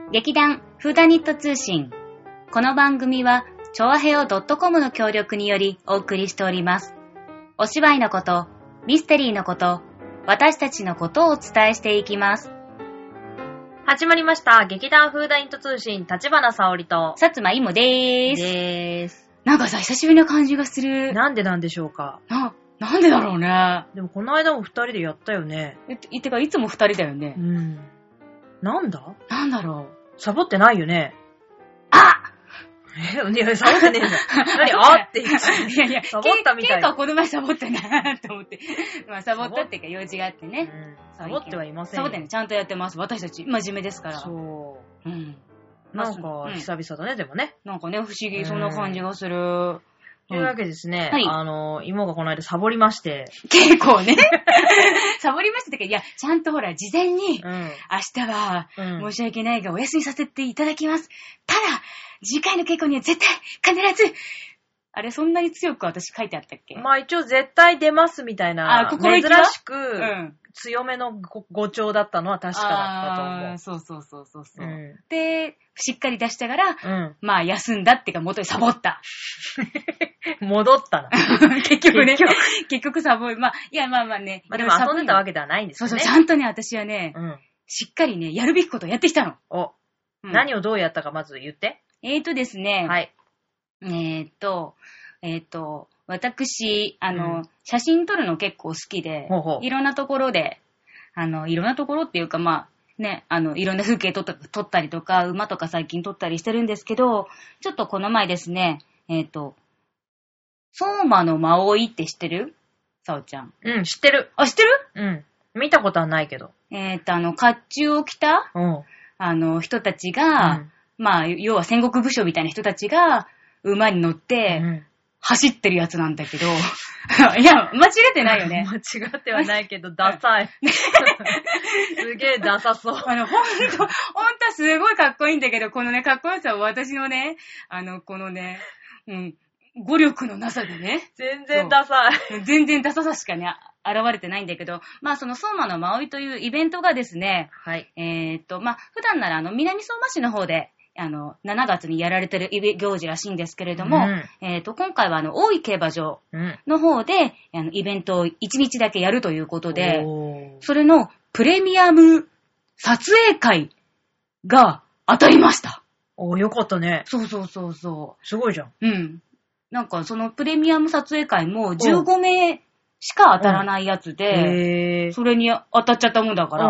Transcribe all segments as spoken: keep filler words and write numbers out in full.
劇団フーダニット通信。この番組はチョアヘオ .com の協力によりお送りしております。お芝居のこと、ミステリーのこと、私たちのことをお伝えしていきます。 始まりました。劇団フーダニット通信、立花沙織と薩摩いもでーす。 でーす。 なんかさ、久しぶりな感じがする。 なんでなんでしょうか。 な、なんでだろうね。 でもこの間も二人でやったよね。 え、てかいつも二人だよね。 うん。なんだなんだろう。 サボってないよね。 あえ、いや、サボってねえんだ。何あって言って。 いやいや、 サボったみたい。 結構この前サボったなと思って。まあサボったっていうか用事があってね。 うん、サボってはいません。 サボってね、ちゃんとやってます。私たち、真面目ですから。 そう。 うん。 なんか、久々だね、うん、でもね。 なんかね、不思議、そんな感じがする。 というわけですね、 はい、 あの、妹がこの間サボりまして。 結構ね。サボりましたけど、いや、ちゃんとほら、事前に、うん、明日は、申し訳ないがお休みさせていただきます。ただ、次回の稽古には絶対、必ず、あれ、そんなに強く私書いてあったっけ？ まあ一応絶対出ますみたいな、あ、珍しく、うん、強めの語調だったのは確かだったと思う。 そうそうそうそうそう、うん。で、しっかり出したから、うん、まあ休んだっていうか元にサボった。 戻ったな。 結局ね。結局、結局サボる。まあ、いやまあまあね。 まあでも遊んでたわけではないんですよね。 そうそう、ちゃんとね、私はね、うん、しっかりね、やるべきことをやってきたの。 お、うん、何をどうやったかまず言って。 えーとですね。 はい。 えーっと、えーっと、私、あの、うん、写真撮るの結構好きで、 ほうほう、 いろんなところで、あの、いろんなところっていうか、まあ、ね、あの、いろんな風景撮った、撮ったりとか、馬とか最近撮ったりしてるんですけど、ちょっとこの前ですね、えーっと、相馬の馬追いって知ってる？さおちゃん。 うん、知ってる。 あ、知ってる？ うん。見たことはないけど。 えーっと、あの、甲冑を着た、うん、あの、人たちが、うん、まあ、要は戦国武将みたいな人たちが、馬に乗って、うん、走ってるやつなんだけど、いや、間違ってないよね。 間違ってはないけど、ダサい。すげえダサそう。 あの、ほんと、ほんとすごいかっこいいんだけど、このね、かっこよさは私のね、あの、このね、うん、語力のなさでね。 全然ダサい。全然ダサさしかね、現れてないんだけど、まあその相馬の馬追いというイベントがですね、 はい。 えーっと、まあ普段ならあの、南相馬市の方で、あの、しちがつにやられてる行事らしいんですけれども、うん、えっと、今回はあの、大井競馬場の方で、うん、あの、イベントをいちにちだけやるということで、それのプレミアム撮影会が当たりました。 おー、よかったね。 そうそうそうそう。 すごいじゃん。 うん。なんかそのプレミアム撮影会もじゅうごめいしか当たらないやつで、それに当たっちゃったもんだから、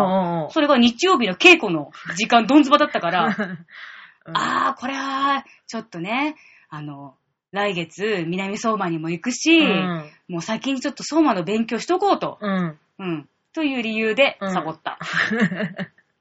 それが日曜日の稽古の時間どんずばだったから、うん、あー、これは、ちょっとね、あの、来月、南相馬にも行くし、うん、もう先にちょっと相馬の勉強しとこうと。うん。うん。という理由で、サボった。うん、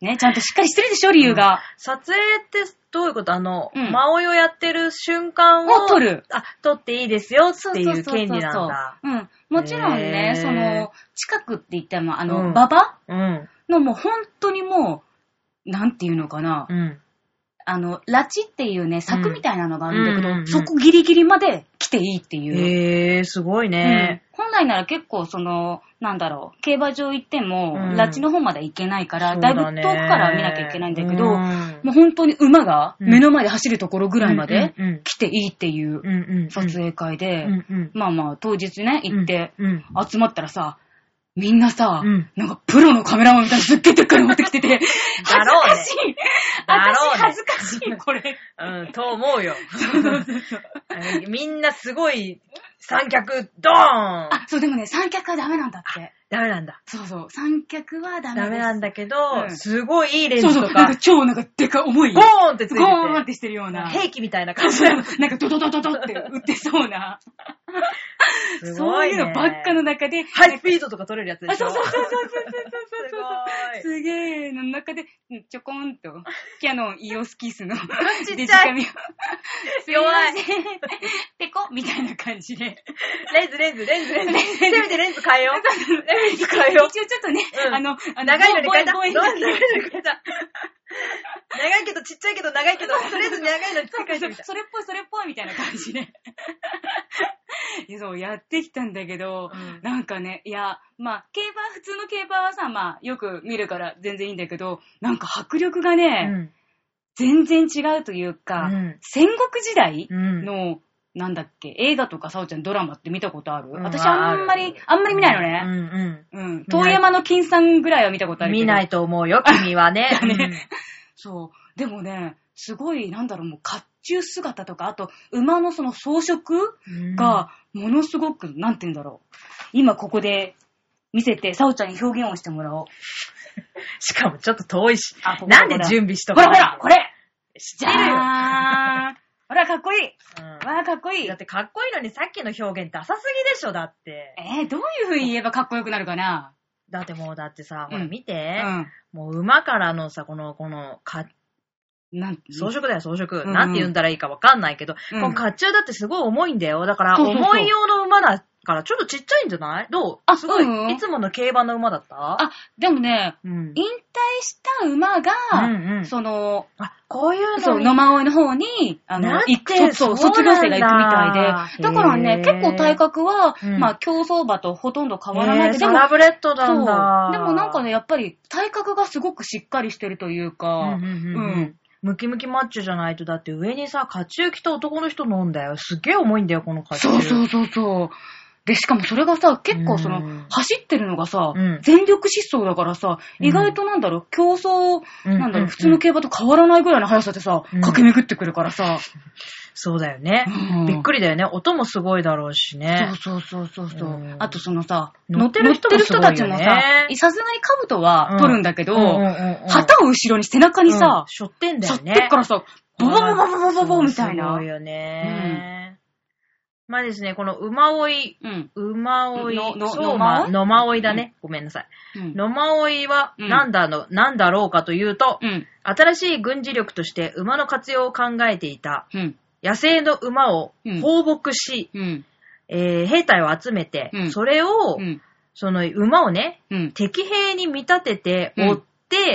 ね、ちゃんとしっかりしてるでしょ、理由が。うん、 撮影ってどういうことあの、うん、馬追いをやってる瞬間を、 を撮る。 あ、撮っていいですよっていう権利なんだ。 うん。もちろんね、その、近くって言っても、あの、馬場、うん、のもう本当にもう、なんていうのかな。うんあの、拉致っていうね、柵みたいなのがあるんだけど、うんうんうんうん、そこギリギリまで来ていいっていう。 へー、すごいね、 うん。本来なら結構その、なんだろう、競馬場行っても、うん、拉致の方まで行けないから、だいぶ遠くから見なきゃいけないんだけど、うん、もう本当に馬が目の前で走るところぐらいまで来ていいっていう撮影会で、うんうんうん、まあまあ当日ね、行って集まったらさ、みんなさ、うん、なんかプロのカメラマンみたいなすっげえでっかいの持ってきてて、恥ずかしい、ね、私恥ずかしい、これ。 うん、と思うよ。そうそうそうみんなすごい三脚、ドーンあ、そうでもね、三脚はダメなんだって。 ダメなんだ。 そうそう、三脚はダメです。 ダメなんだけど、うん、すごいいいレンズとか。そうそう、 なんか超なんかでかい重い。 ゴーンってついてて。 ゴーンってしてるような。 兵器みたいな感じなの。 なんかドドドドドって売ってそうな。 すごいね、 そういうのばっかの中で。 ハイスピードとか撮れるやつでしょ。 あ、そうそうそうそうそうそう。 すごい。 すげー。の中で、ちょこんと、キャノン イーオーエス キースのデジカメを。 弱い。ペコみたいな感じで。 レンズ、レンズ、レンズ、レンズ。せめてレンズ変えよう。レンズ変えよう。 一応ちょっとね、うん、あの、あの長いのに変えた。長いのに変えた。長いけどちっちゃいけど長いけど、とりあえず長いのに付け替えてみた。 それっぽいそれっぽいみたいな感じで。そう、やってきたんだけど、うん、なんかね、いや、まあ、競馬、普通の競馬はさ、まあ、よく見るから全然いいんだけど、なんか迫力がね、うん、 全然違うというか、うん、戦国時代の、うん、なんだっけ、映画とかさおちゃんドラマって見たことある？うん、私あんまり、あんまり見ないのね。うんうん。うん。遠山の金さんぐらいは見たことあるけど。 見ないと思うよ、君はね。ねうん、 そう。でもね、すごい、なんだろう、もう、甲冑姿とか、あと、馬のその装飾が、ものすごく、うん、なんて言うんだろう。今ここで見せて、さおちゃんに表現をしてもらおう。 しかもちょっと遠いし。あ、ここなんで準備しとかない？ほらほら、これ知ってるよ。ほら、かっこいい。うん、わあ、かっこいい。 だってかっこいいのにさっきの表現ダサすぎでしょ、だって。 えー、どういう風に言えばかっこよくなるかな？ だってもう、だってさ、ほら見て。うん、もう馬からのさ、この、この、か、なん装飾だよ、装飾。うんうん、なんて言うんだらいいかわかんないけど、うん、この甲冑だってすごい重いんだよ。だから、重い用の馬だからちょっとちっちゃいんじゃない？どう？あ、すごい、うんうん。いつもの競馬の馬だった？ あ、でもね、うん、引退した馬が、うんうん、その、 あ、こういうのそう、野馬追いの方に、あの、行く、そう、卒業生が行くみたいで。だからね、結構体格は、うん、まあ、競走馬とほとんど変わらないで。 でもサラブレッドなんだ。 そう。でもなんかね、やっぱり体格がすごくしっかりしてるというか、うんうんうんうん、 ムキムキマッチョじゃないと、だって上にさ、甲冑着た男の人乗んだよ。すっげえ重いんだよ、この甲冑。 そうそうそうそう。で、しかもそれがさ、結構その、走ってるのがさ、うん、全力疾走だからさ、うん、意外となんだろう、競争、うん、なんだろう、普通の競馬と変わらないぐらいの速さでさ、うん、駆け巡ってくるからさ。 そうだよね、うん。びっくりだよね。音もすごいだろうしね。 そうそうそうそうそう、うん。あとそのさ、乗ってる人もすごいよね。乗ってる人たちもさ、さすがに兜は取るんだけど、うんうんうんうん、旗を後ろに背中にさ、 背負ってんだよね。 背負ってっからさ、ボボボボボボボボみたいな。 すごいよね。まあですね、この馬追い、うん、馬追い、の、の、そう、まあ、野馬追いだね、うん。ごめんなさい。うん、野馬追いは、なんだの、うん、なんだろうかというと、うん、新しい軍事力として馬の活用を考えていた、うん、野生の馬を放牧し、うんえー、兵隊を集めて、うん、それを、うん、その馬をね、うん、敵兵に見立てて追って、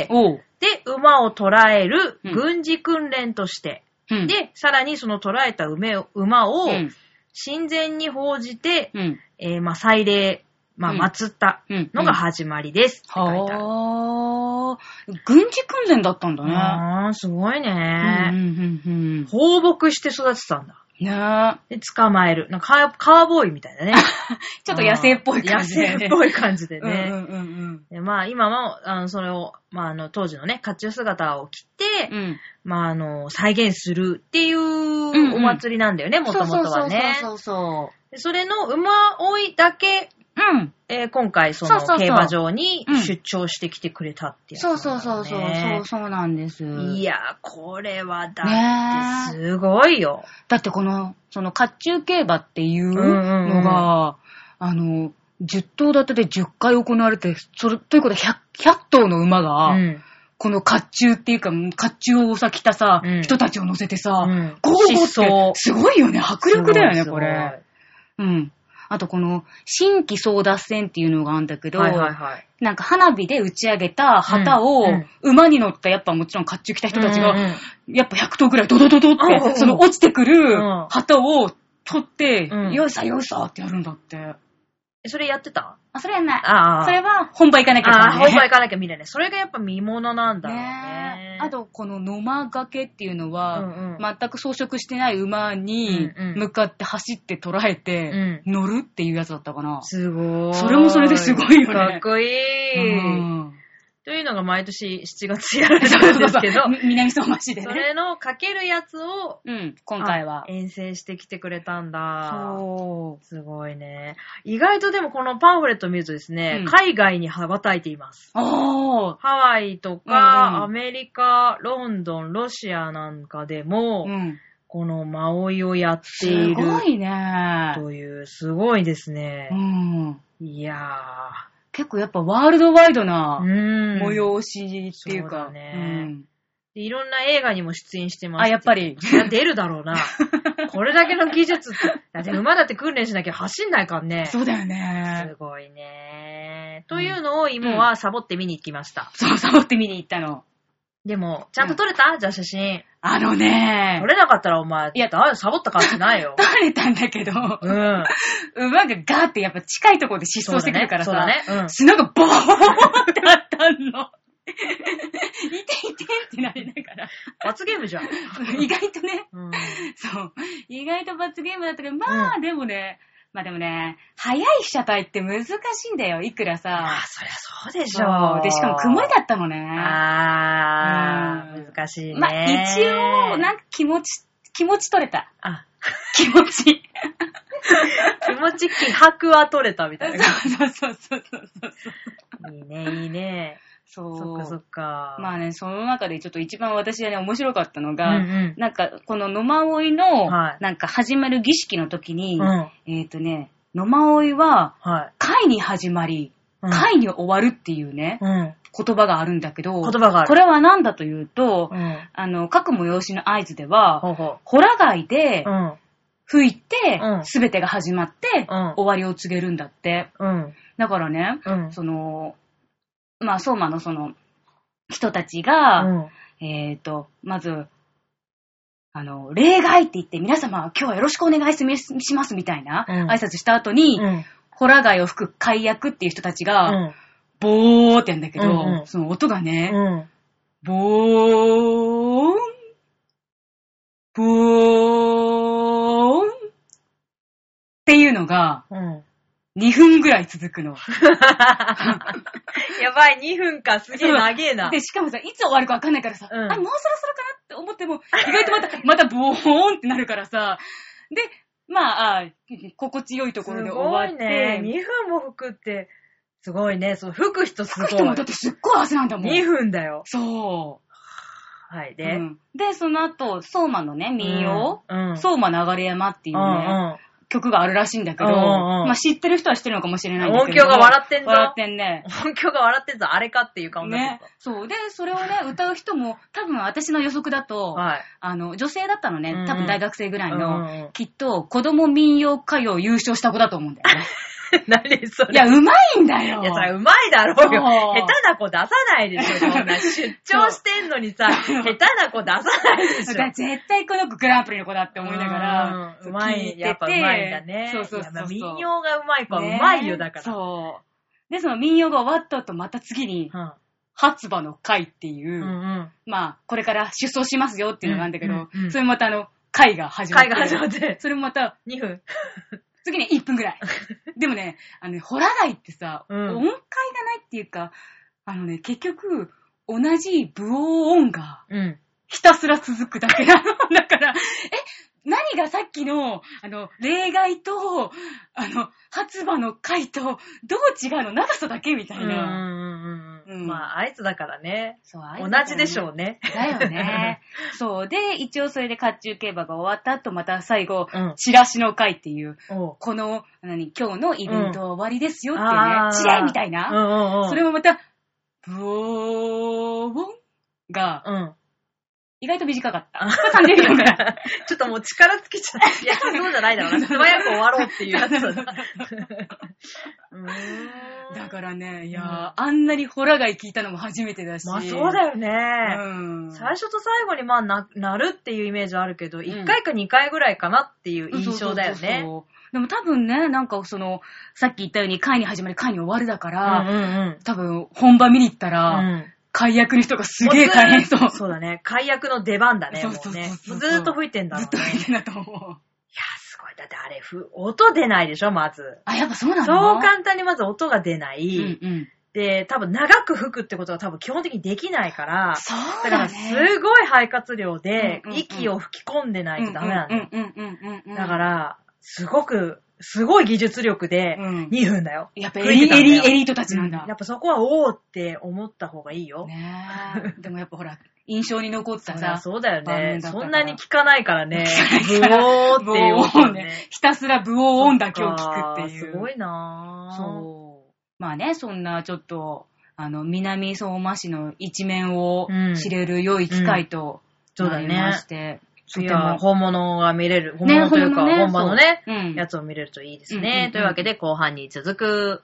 うん、で、馬を捕らえる軍事訓練として、うん、で、さらにその捕らえた馬を、馬をうん神前に報じて、うんえー、まあ、祭礼、まあ、祀ったのが始まりです。うんうん、って書いてある。 はぁ。軍事訓練だったんだね。 あー、すごいね、うんうんうんうん。放牧して育てたんだ。 ねで、捕まえる。なんかカーボーイみたいだね。 ちょっと野生っぽい感じで、ね。 野生っぽい感じでね。うんうんうん、でまあ、今も、あの、それを、まあ、あの、当時のね、甲冑姿を着て、うん、まあ、あの、再現するっていうお祭りなんだよね、もともとはね。 そうそうそうそう。 それの馬追いだけ、うんえー、今回その競馬場に出張してきてくれたってやつなんだ、ね、 そうそうそうそうそうそうなんです。 いやこれはだってすごいよ。 だってこのその甲冑競馬っていうのが、うんうんうん、あのじゅっ頭立てでじゅっかい行われて、それということで ひゃく, ひゃく頭の馬が、うん、この甲冑っていうか甲冑をさ着たさ、うん、人たちを乗せてさ、うん、ゴーゴーってすごいよね。迫力だよねこれ。うん。あとこの、新規争奪戦っていうのがあるんだけど、はいはいはい、なんか花火で打ち上げた旗を、うんうん、馬に乗ったやっぱもちろん甲冑着た人たちが、うんうん、やっぱひゃく頭ぐらいドドドドって、うんうん、その落ちてくる旗を取って、うん、よいさよいさってやるんだって。 それやってた？ あ、それはない。あそれは本場行かなきゃ見れない。 あ、本場行かなきゃ見れない。それがやっぱ見物なんだろうね。 ねあと、この野馬掛けっていうのは、うんうん、全く装飾してない馬に向かって走って捉えて、乗るっていうやつだったかな。 すごい。 それもそれですごいよね。 かっこいい。うんというのが毎年しちがつやられてるんですけど、 南相馬市でね。 それのかけるやつを、 うん、今回は遠征してきてくれたんだ。そう。すごいね。意外とでもこのパンフレットを見るとですね、うん、海外に羽ばたいています。ハワイとか、うんうん、アメリカ、ロンドン、ロシアなんかでも、うん、この馬追いをやっている。 すごいね。 という、すごいですね。うん、いやー。 結構やっぱワールドワイドな催しっていうか。 そうだね、うん、いろんな映画にも出演してます。 あ、やっぱり。 出るだろうな。これだけの技術って。だって馬だって訓練しなきゃ走んないからね。 そうだよね。 すごいね。というのを今はサボって見に行きました。 うん、そう、サボって見に行ったの。 でも、ちゃんと撮れた、うん、じゃあ写真。 あのね撮れなかったらお前、いや、サボった感じないよ。 撮れたんだけど、うん。馬がガーってやっぱ近いところで疾走してくるからさ、そうだね、そうだね、うん、砂がボーンってあったの。 いていてってなりながら。 罰ゲームじゃん。 意外とね、うん、そう、意外と罰ゲームだったけど、まあ、うん、でもね、まあでもね、早い被写体って難しいんだよ、いくらさ。 ああ、そりゃそうでしょ。 で、しかも曇りだったのね。 ああ、うん、難しいね。 まあ一応、なんか気持ち、気持ち取れた。 あ、 気持ち。 気持ち気迫は取れたみたいな。 そうそうそうそうそう。いいね、いいね。 そう。 そっかそっか。 まあね、その中でちょっと一番私はね、面白かったのが、 うんうん、 なんか、この野馬追の、なんか始まる儀式の時に、はい、えっ、ー、とね、野馬追は、会に始まり、はい、会に終わるっていうね、うん、言葉があるんだけど、 言葉がある。 これは何だというと、うん、あの、各催しの合図では、ほうほう、ホラ貝で、うん吹いて、すべ、うん、てが始まって、うん、終わりを告げるんだって。うん、だからね、うん、その、まあ、相馬のその、人たちが、うん、えっと、まず、あの、例外って言って、皆様、今日はよろしくお願いしますみたいな、うん、挨拶した後に、うん、ホラ貝を吹く海役っていう人たちが、うん、ボーってやるんだけど、うんうん、その音がね、うん、ボーン、ボーン、っていうのが、うん、にふんぐらい続くの。 やばい、にふんか、すげえ長えな。 で、しかもさ、いつ終わるかわかんないからさ、うん、あ、もうそろそろかなって思っても、意外とまた、またボーンってなるからさ、で、まあ、あ心地よいところで終わって。 すごいね。にふんも吹くって、すごいね。そう、吹く人すごい。 吹く人もだってすっごい汗なんだもん。 にふんだよ。 そう。 はい、で、うん、 で、その後、相馬のね、民謡、うんうん、相馬流山っていうね、うんうん曲があるらしいんだけど、うんうん、まあ知ってる人は知ってるのかもしれないんだけど。 音響が笑ってんぞ。 笑ってんね。 音響が笑ってんぞ。あれかっていう顔になってた。 ね。そう。で、それをね、歌う人も、多分私の予測だと、はい、あの、女性だったのね、多分大学生ぐらいの、うんうん、きっと子供民謡歌謡優勝した子だと思うんだよね。 何それ。 いや、うまいんだよ。 いや、それうまいだろうよ。下手な子出さないでしょ、そんな。出張してんのにさ、下手な子出さないでしょ。 だから絶対この子グランプリの子だって思いながら、 うまい、やっぱうまいんだね。そうそうそうそう。民謡がうまい子はうまいよ、だから。 そう。で、その民謡が終わった後、また次に、うん、初馬の会っていう、うんうん、まあ、これから出走しますよっていうのがあるんだけど、うんうんうん、それまたあの、会が始まって。 会が始まって。 それもまた、 にふん。 次にいっぷんぐらい。でもね、あのね、ホラ貝ってさ、うん、音階がないっていうか、あのね、結局、同じブオ音が、ひたすら続くだけなの。だから、え、何がさっきの、あの、例外と、あの、初馬の回と、どう違うの長さだけみたいな。うんうんうん、まあ、合図だからね。そう、合図、ね。同じでしょうね。 だよね。そう。で、一応それで甲冑競馬が終わった後、また最後、うん、チラシの回っていう、この、何、今日のイベント終わりですよっていうね、うん、チレみたいな、うんうんうん。それもまた、ブオーボンが、うん意外と短かった。さんじゅうびょうぐらい。 ちょっともう力尽きちゃった。いや、そうじゃないだろうな。素早く終わろうっていうやつだ。 だからね、いやー、うん、あんなにホラ貝聞いたのも初めてだし。 まあそうだよね。うん、最初と最後にまあな、なるっていうイメージはあるけど、いっかいかにかいぐらいかなっていう印象だよね。そうそうそうそうでも多分ね、なんかその、さっき言ったように回に始まり回に終わるだから、うんうんうん、多分本場見に行ったら、うん解約の人がすげえ大変そう。 そうだね。解約の出番だね。そうそうそうそうもうね。ずーっと吹いてんだろうね。 ずっと吹いてんだと思う。いや、 すごい。だってあれ、ふ音出ないでしょ、まず。 あ、やっぱそうなの？ そう簡単にまず音が出ない。うんうん、で、多分長く吹くってことが多分基本的にできないから。 そうだね。 だからすごい肺活量で息を吹き込んでないとダメなんだよ。だから、すごく、すごい技術力でにふんだよ。 うん、やっぱエリエリエリートたちなんだ、 うん。やっぱそこはおーって思った方がいいよ。 ねえ。でもやっぱほら、印象に残ったさ。 そうだよね。そんなに聞かないからね。ブオーっていう音ね。 ひたすらブオー音だけを聞くっていう。 すごいなぁ。 そう。まあね、そんなちょっと、あの、南相馬市の一面を知れる良い機会となりまして。うんうんいや、本物が見れる。本物というか、ね、本場のね、うん、やつを見れるといいですね。うんうんうん、というわけで、後半に続く。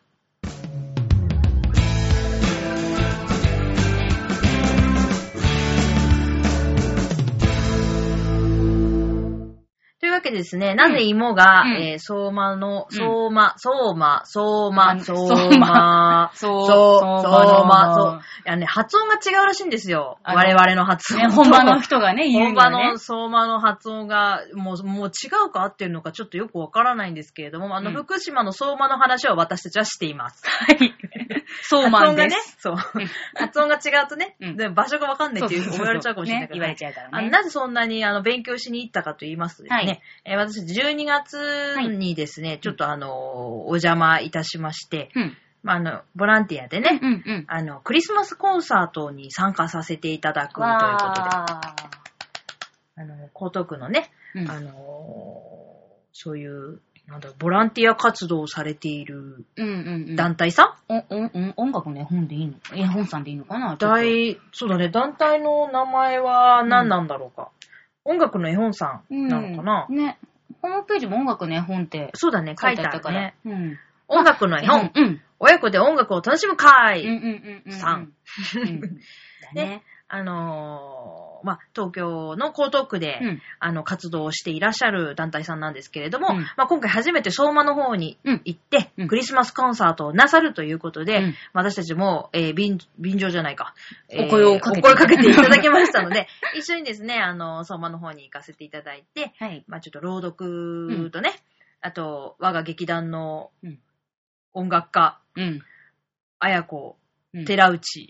というわけでですね、なぜ芋が、うんえー、相馬の、相馬、相馬、相馬、相馬、相馬、相馬、 やね、発音が違うらしいんですよ。我々の発音、 ね。本場の人がね、言うにはね。本場の相馬の発音が、もう、もう違うか合ってるのかちょっとよくわからないんですけれども、あの、うん、福島の相馬の話は私たちはしています。 はい。相馬です。 そう。発音が違うとね、うん、で場所がわかんないっていう、言われちゃうかもしれないけど、ね、 言われちゃうからね。 あのなぜそんなにあの勉強しに行ったかと言いますとですね、はい、えー、私じゅうにがつにですね、はい、ちょっとあの、お邪魔いたしまして、うんまあ、あの、ボランティアでね、うんうんうん、あの、クリスマスコンサートに参加させていただくということで、あの、江東区のね、うん、あの、そういう、なんだろう、ボランティア活動をされている団体さん、 うんうんうん、お音楽の絵本でいいの絵本さんでいいのかな大、そうだね、団体の名前は何なんだろうか。うん、音楽の絵本さんなのかな、うん、ね。 ホームページも音楽の絵本ってそうだね、書いてあったから。うん、音楽の絵本。うん。親子で音楽を楽しむ会。うんうんうん。さん。ね。あのー、まあ、東京の江東区で、うん、あの、活動をしていらっしゃる団体さんなんですけれども、うん、まあ、今回初めて相馬の方に行って、うん、クリスマスコンサートをなさるということで、うん、私たちも、えー、便、便乗じゃないか。 お声をかけて、えー、お声かけていただきましたので、一緒にですね、あの、相馬の方に行かせていただいて、はい、まあ、ちょっと朗読とね、うん、あと、我が劇団の、うん音楽家、うん、綾子、うん、寺内、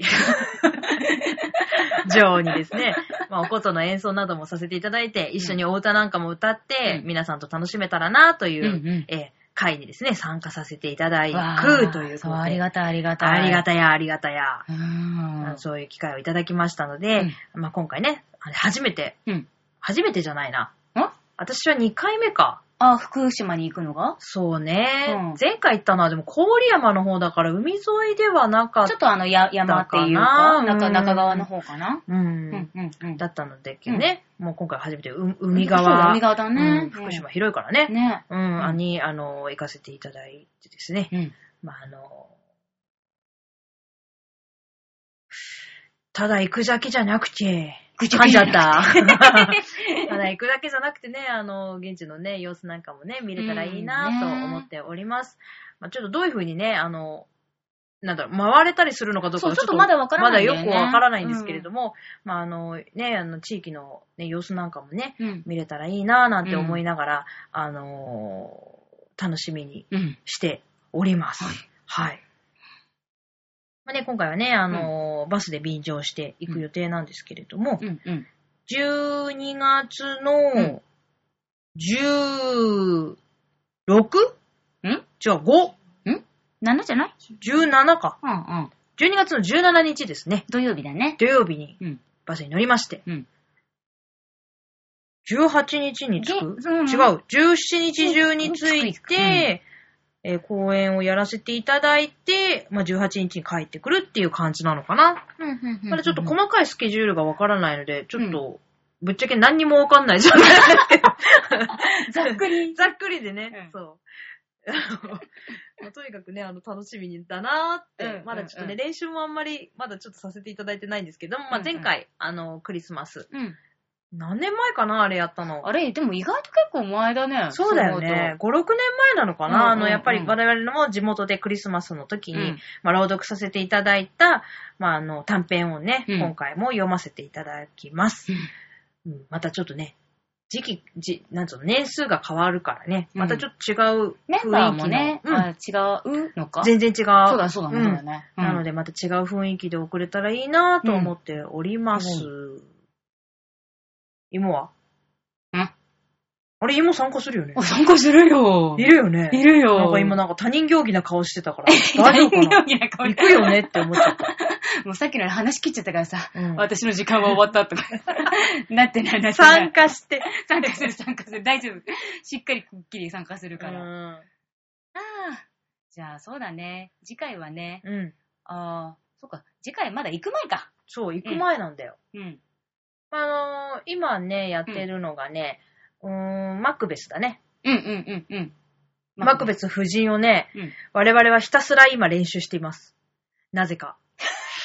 女にですね、まあ、お琴の演奏などもさせていただいて、一緒にお歌なんかも歌って、うん、皆さんと楽しめたらなという、うんうんえー、会にですね、参加させていただくということで。 ありがたい、ありがたい。 ありがたや、ありがたや。うんそういう機会をいただきましたので、うん、まあ、今回ね、初めて、うん、初めてじゃないな。ん私はにかいめか。 あ、福島に行くのがそうね、うん。前回行ったのはでも郡山の方だから海沿いではなかった。 ちょっとあのや山っていうか、中、中川の方かな、 うんうんうんうん、だったのでけどね、うん、もう今回初めてう海側。 海側だね、 うん。福島広いからね。ね。うん。うん、に、あの、行かせていただいてですね。うん、まああの、ただ行くだけじゃなくて、噛んじゃった。ただ行くだけじゃなくてね、あの、現地のね、様子なんかもね、見れたらいいなと思っております。まあ、ちょっとどういう風にね、あの、なんだろう、回れたりするのかどうかちょっとまだわからない、 ね。まだよくわからないんですけれども、うん、まあ、あの、ね、あの、地域の、ね、様子なんかもね、うん、見れたらいいななんて思いながら、うん、あの、楽しみにしております。うん、はい。まあね、今回はね、あのーうん、バスで便乗して行く予定なんですけれども、うんうん、じゅうにがつのじゅうろく？んじゃあご？ ん ?なな じゃない ? じゅうなな か、うんうん。じゅうにがつのじゅうしちにちですね。 土曜日だね。 土曜日にバスに乗りまして。うん、じゅうはちにちに着く、うん、違う。じゅうしちにち中に着いて、えー、公演をやらせていただいて、まあ、じゅうはちにちに帰ってくるっていう感じなのかな。まだちょっと細かいスケジュールがわからないので、ちょっと、ぶっちゃけ何にもわかんないじゃないですけど。 ざっくり。 ざっくりでね、うん、そう。まあ、とにかくね、あの、楽しみだなーって、うん、まだちょっとね、うん、練習もあんまり、まだちょっとさせていただいてないんですけども、まあ、前回、うんうん、あの、クリスマス。うん何年前かなあれやったの。 あれでも意外と結構前だね。 そうだよね。ご、ろくねんまえなのかな、うんうんうん、あの、やっぱり我々の地元でクリスマスの時に、うん、まあ、朗読させていただいた、まあ、あの、短編をね、うん、今回も読ませていただきます。うんうん、またちょっとね、時期、じ、なんつうの、年数が変わるからね、またちょっと違う雰囲気の。メンバーもね、 うん、あ違うのか全然違う。そうだそうだね。うん、そうだねうん、なのでまた違う雰囲気で送れたらいいなと思っております。うん、芋はあれ、芋参加するよね。 参加するよ。 いるよね。 いるよ。 なんか今なんか他人行儀な顔してたから。大丈夫かな他人行儀な顔行くよねって思っちゃった。 もうさっきの話切っちゃったからさ、うん、私の時間は終わったとか。なってないなってない。 参加して。 参加する参加する。大丈夫。しっかりくっきり参加するから。うん、ああ。じゃあそうだね。次回はね。うん。ああ、そうか。次回まだ行く前か。 そう、行く前なんだよ。うん。うん、あのー、今ね、やってるのがね、うーん、マクベスだね。 うんうんうんうん。 マクベス夫人をね、うん、我々はひたすら今練習しています。なぜか。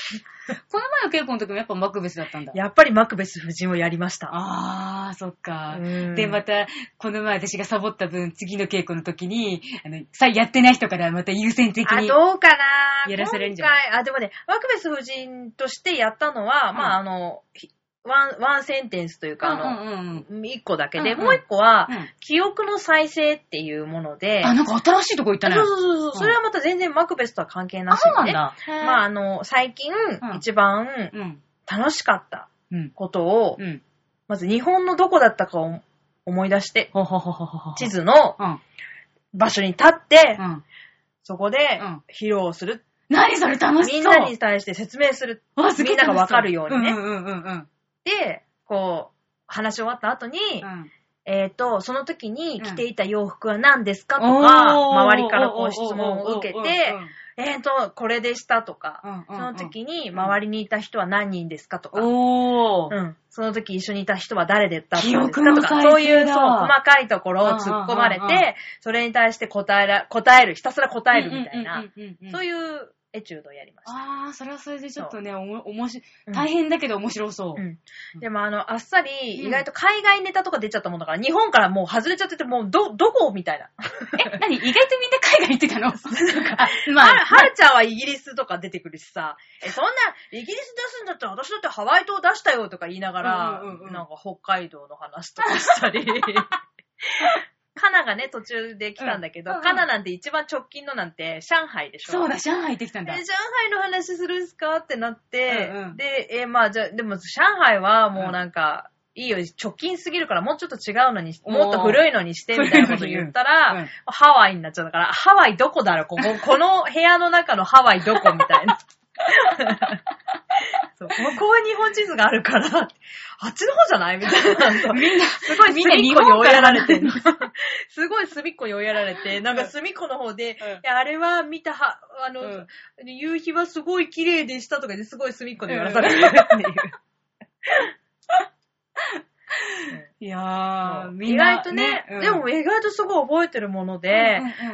この前の稽古の時もやっぱマクベスだったんだ。 やっぱりマクベス夫人をやりました。 あー、そっか。で、また、この前私がサボった分、次の稽古の時に、あの、さ、やってない人からまた優先的に。 あ、どうかなやらせれるんじゃない？ 今回、あ、でもね、マクベス夫人としてやったのは、うん、まあ、あの、ワン、ワンセンテンスというか、あの、うんうんうん、一個だけで、うんうん、もう一個は、うん、記憶の再生っていうもので、 あ、なんか新しいとこ行ったね。 そうそうそうそう、うん、それはまた全然マクベスとは関係なしで、ね。 あ、そうなんだ。 まあ、あの、最近、うん、一番楽しかったことを、うんうん、まず日本のどこだったかを思い出して、うん、地図の場所に立って、うん、そこで披露する。 何それ楽しそう。 みんなに対して説明する。みんながわかるようにね。 うんうんうんうん、 で、こう、話し終わった後に、うん、えっと、その時に着ていた洋服は何ですかとか、うん、周りからこう質問を受けて、えっと、これでしたとか、うんうんうん、その時に周りにいた人は何人ですかとか、 おうん、その時一緒にいた人は誰でったんですかとか、そういうそう細かいところを突っ込まれて、それに対して答えら、答える、ひたすら答えるみたいな、そういうエチュードをやりました。 ああ、それはそれでちょっとね、おも、おもし、大変だけど面白そう。うんうん、でもあの、あっさり、意外と海外ネタとか出ちゃったもんだから、日本からもう外れちゃってて、もう、ど、どこみたいな。 え、何意外とみんな海外行ってたのあ、まあ、はる、はるちゃんはイギリスとか出てくるしさ、え、そんな、イギリス出すんだったら私だってハワイ島出したよとか言いながら、うんうんうん、なんか北海道の話とかしたり。カナがね、途中で来たんだけど、うんうん、カナなんて一番直近のなんて、上海でしょ。 そうだ、上海行ってきたんだ。 え、上海の話するんすかってなって、うんうん、で、え、まあ、じゃでも、上海はもうなんか、うん、いいよ、直近すぎるからもうちょっと違うのに、もっと古いのにしてみたいなこと言ったら、うん、ハワイになっちゃったから、ハワイどこだろうここ、この部屋の中のハワイどこみたいな。そう、向こう日本地図があるから、あっちの方じゃないみたいな。みんな、すごい隅っこに追いやられて。すごい隅っこに追いやられて、なんか隅っこの方で、うん、いやあれは見たは、あの、うん、夕日はすごい綺麗でしたとかですごい隅っこで言わされてるっていう。 いやー、 みんな、意外とね、ね、うん、でも意外とすごい覚えてるもので、うんうんうん、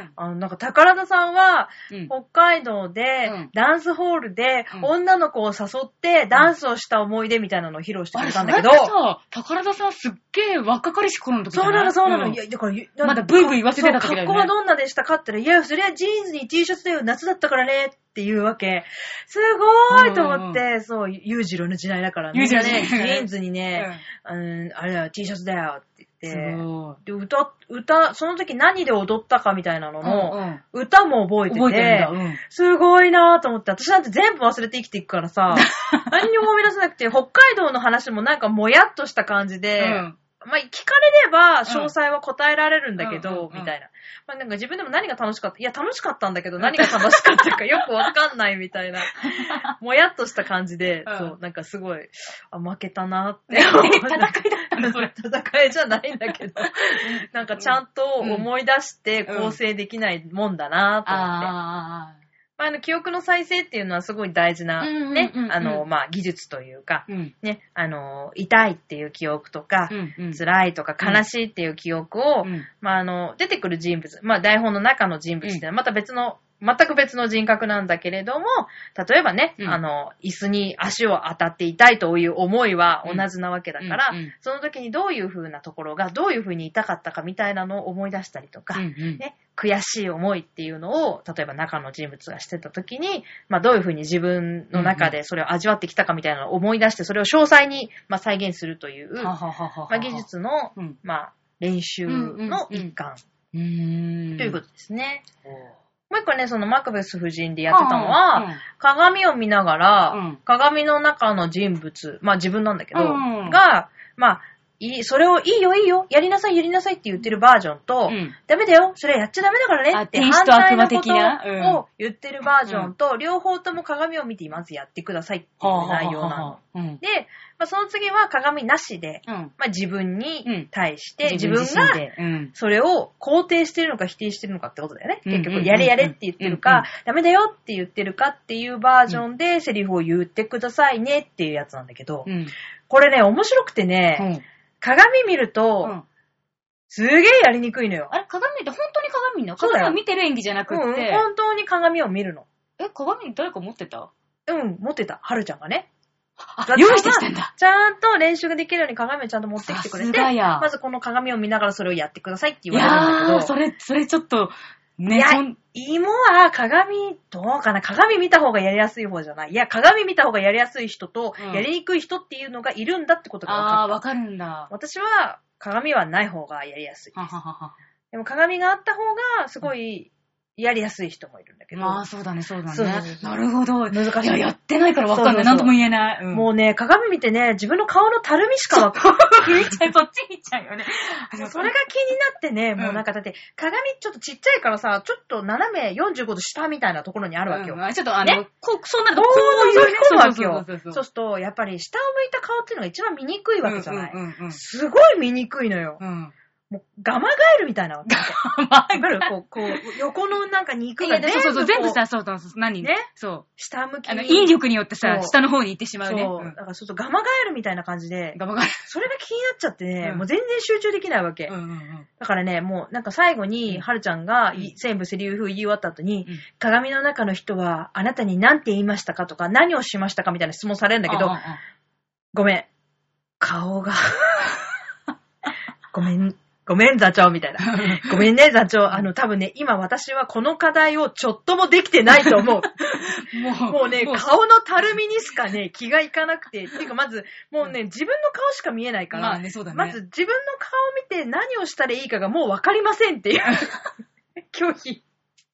あの、なんか宝田さんは、うん、北海道で、うん、ダンスホールで、うん、女の子を誘ってダンスをした思い出みたいなのを披露してくれたんだけど、 あれさ、宝田さんすっげー若かりし頃の時だね。 そうなの、そうなの。うん、いや、だから、 まだブイブイ言わせてた時だよね。 格好はどんなでしたかって言ったら、いや、それはジーンズに T シャツだよ、夏だったからね。っていうわけ。すごーいと思って、うんうん、そう、裕次郎の時代だから、みんなね、ジーンズにね、うん、あれだよ、T シャツだよって言って、で、歌、歌、その時何で踊ったかみたいなのの、うんうん、歌も覚えてて、覚えてるんだ、うん、すごいなーと思って、私なんて全部忘れて生きていくからさ、何にも思い出せなくて、北海道の話もなんかもやっとした感じで、うんまあ、聞かれれば、詳細は答えられるんだけど、うんうんうん、みたいな。まあ、なんか自分でも何が楽しかったいや、楽しかったんだけど、何が楽しかったかよくわかんないみたいな。もやっとした感じで、うん、そう、なんかすごい、あ、負けたなって。戦いだったのそれ。戦いじゃないんだけど、なんかちゃんと思い出して構成できないもんだなと思って。うんうんあまあ、あの、記憶の再生っていうのはすごい大事な、ね、うんうんうんうん、あの、まあ、技術というか、うん、ね、あの、痛いっていう記憶とか、うんうん、辛いとか悲しいっていう記憶を、うん、まあ、あの、出てくる人物、まあ、台本の中の人物っていうのはまた別の、全く別の人格なんだけれども、例えばね、うん、あの、椅子に足を当たって痛いという思いは同じなわけだから、うんうんうん、その時にどういう風なところが、どういう風に痛かったかみたいなのを思い出したりとか、うんうんね、悔しい思いっていうのを、例えば中の人物がしてた時に、まあどういう風に自分の中でそれを味わってきたかみたいなのを思い出して、それを詳細に、まあ、再現するという、まあ、技術の、うん、まあ、練習の一環、うんうんうん、ということですね。もう一個ね、そのマクベス夫人でやってたのは、うんうん、鏡を見ながら、うん、鏡の中の人物、まあ自分なんだけど、うんうん、が、まあ、いい、それをいいよいいよ、やりなさいやりなさいって言ってるバージョンと、うん、ダメだよ、それやっちゃダメだからねって反対のことを言ってるバージョンと、うん、両方とも鏡を見てまずやってくださいっていう内容なの。うん、で、まあ、その次は鏡なしで、うん、まあ、自分に対して、うん、自分がそれを肯定してるのか否定してるのかってことだよね。うん、結局、やれやれって言ってるか、うんうん、ダメだよって言ってるかっていうバージョンでセリフを言ってくださいねっていうやつなんだけど、うん、これね、面白くてね、うん鏡見ると、うん、すげえやりにくいのよ。 あれ、鏡って本当に鏡見るの？鏡を見てる演技じゃなくって、うん。 本当に鏡を見るの。 え、鏡誰か持ってた？ うん、持ってた。はるちゃんがね。 用意してきたんだ。 ちゃんと練習ができるように鏡をちゃんと持ってきてくれて、まずこの鏡を見ながらそれをやってくださいって言われるんだけど。 いやー、それ、それちょっと、ね、 いや、芋は鏡、どうかな、鏡見た方がやりやすい方じゃない。いや、鏡見た方がやりやすい人と、うん、やりにくい人っていうのがいるんだってことが分かった。 あー、分かるんだ。 私は鏡はない方がやりやすいです。はははは。でも鏡があった方が、すごい、やりやすい人もいるんだけど。 まあ、そうだね、そうだね。そうそうそう、なるほど。 難しい。いや、やってないから分かんない。なんとも言えない、 うん。もうね、鏡見てね、自分の顔のたるみしか分かんない。 見ちゃう、そっち見ちゃうよね。 それが気になってね、もうなんかだって、鏡ちょっとちっちゃいからさ、ちょっと斜めよんじゅうごど下みたいなところにあるわけよ。 うん、ちょっとあの、ね、こう、そうなるとこういうね、そうわけよ。そうすると、やっぱり下を向いた顔っていうのが一番見にくいわけじゃない。うんうんうんうん、すごい見にくいのよ。うんもうガマガエルみたいなわけ。わかるこう、こう、横のなんか肉が全部そうそう、全部さ、そうそう、何ね。そう。 下向きに。 あの、引力によってさ、下の方に行ってしまうね。 そう。だからちょっとガマガエルみたいな感じで。 ガマガエル。 それが気になっちゃってね、うん、もう全然集中できないわけ。うんうんうん、だからね、もうなんか最後に、はるちゃんが、うん、全部セリフ言い終わった後に、うん、鏡の中の人はあなたに何て言いましたかとか、何をしましたかみたいな質問されるんだけど、ああああごめん。顔が。ごめん。ごめん、座長、みたいな。ごめんね、座長。あの、多分ね、今私はこの課題をちょっともできてないと思う。もう、もうね、もう顔のたるみにしかね、気がいかなくて。っていうか、まず、もうね、自分の顔しか見えないから、まあね、そうだね。まず自分の顔を見て何をしたらいいかがもうわかりませんっていう。拒否。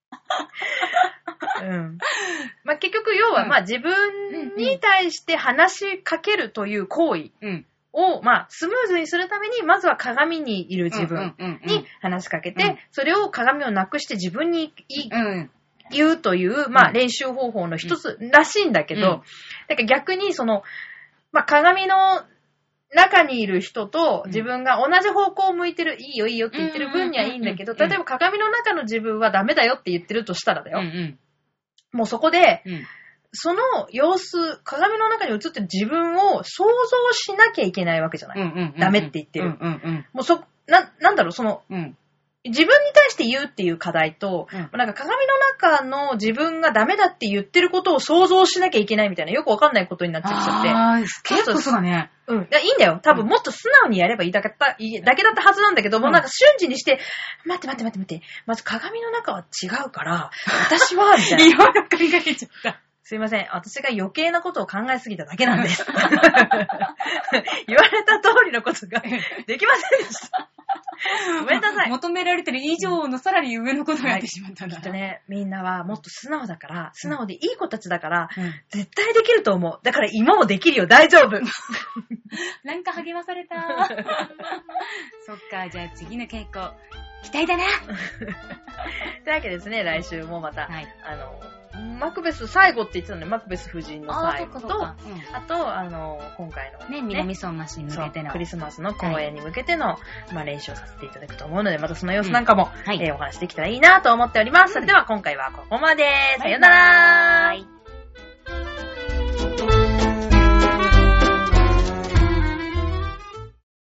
うん。まあ、結局、要は、まあ、自分に対して話しかけるという行為。うんを、まあ、スムーズにするために、まずは鏡にいる自分に話しかけて、うんうんうん、それを鏡をなくして自分に言うという、まあ、練習方法の一つらしいんだけど、うん、だから逆に、その、まあ、鏡の中にいる人と自分が同じ方向を向いてる、いいよいいよって言ってる分にはいいんだけど、例えば鏡の中の自分はダメだよって言ってるとしたらだよ。うんうん、もうそこで、うんその様子、鏡の中に映ってる自分を想像しなきゃいけないわけじゃない。うんうんうんうん、ダメって言ってる。うんうんうん、もうそ、な、なんだろう、その、うん、自分に対して言うっていう課題と、うん、なんか鏡の中の自分がダメだって言ってることを想像しなきゃいけないみたいな、よくわかんないことになっちゃって。 あー、結構そうだね。 うん。いや、いいんだよ。多分もっと素直にやればいいだけだった、だけだったはずなんだけど、うん、もうなんか瞬時にして、待って待って待って待って、まず鏡の中は違うから、私は、みたいな。 いろいろ考えちゃった。 すいません。私が余計なことを考えすぎただけなんです。言われた通りのことができませんでした。ごめんなさい。 求められてる以上のさらに上のことをやってしまったんだ。 きっとね、みんなはもっと素直だから、素直でいい子たちだから、うん、絶対できると思う。だから今もできるよ。大丈夫。 なんか励まされた。そっか、じゃあ次の稽古、期待だな。 というわけですね、来週もまた、はい、あの、マクベス最後って言ってたので、マクベス夫人の最後と、あ, うん、あと、あの、今回のね、南相馬市に向けての。 クリスマスの公演に向けての、はい、まあ、練習をさせていただくと思うので、またその様子なんかも、うんはいえー、お話できたらいいなと思っております。それでは今回はここまで。さよなら。